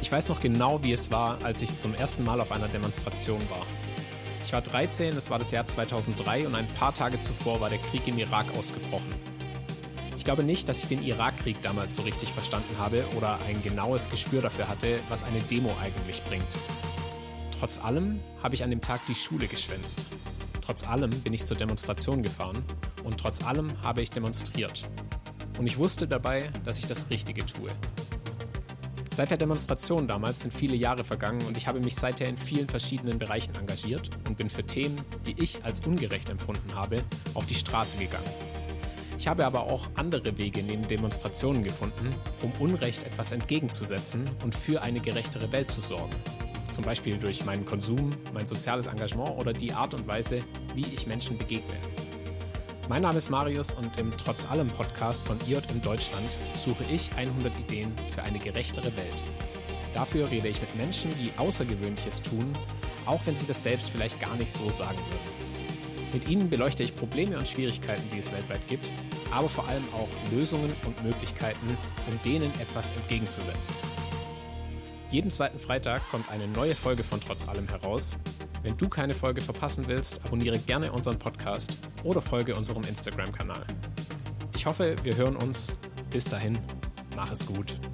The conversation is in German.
Ich weiß noch genau, wie es war, als ich zum ersten Mal auf einer Demonstration war. Ich war 13, es war das Jahr 2003 und ein paar Tage zuvor war der Krieg im Irak ausgebrochen. Ich glaube nicht, dass ich den Irakkrieg damals so richtig verstanden habe oder ein genaues Gespür dafür hatte, was eine Demo eigentlich bringt. Trotz allem habe ich an dem Tag die Schule geschwänzt. Trotz allem bin ich zur Demonstration gefahren und trotz allem habe ich demonstriert. Und ich wusste dabei, dass ich das Richtige tue. Seit der Demonstration damals sind viele Jahre vergangen und ich habe mich seither in vielen verschiedenen Bereichen engagiert und bin für Themen, die ich als ungerecht empfunden habe, auf die Straße gegangen. Ich habe aber auch andere Wege neben Demonstrationen gefunden, um Unrecht etwas entgegenzusetzen und für eine gerechtere Welt zu sorgen. Zum Beispiel durch meinen Konsum, mein soziales Engagement oder die Art und Weise, wie ich Menschen begegne. Mein Name ist Marius und im Trotz allem Podcast von IJM Deutschland suche ich 100 Ideen für eine gerechtere Welt. Dafür rede ich mit Menschen, die Außergewöhnliches tun, auch wenn sie das selbst vielleicht gar nicht so sagen würden. Mit ihnen beleuchte ich Probleme und Schwierigkeiten, die es weltweit gibt, aber vor allem auch Lösungen und Möglichkeiten, um denen etwas entgegenzusetzen. Jeden zweiten Freitag kommt eine neue Folge von Trotz allem heraus. Wenn du keine Folge verpassen willst, abonniere gerne unseren Podcast oder folge unserem Instagram-Kanal. Ich hoffe, wir hören uns. Bis dahin, mach es gut.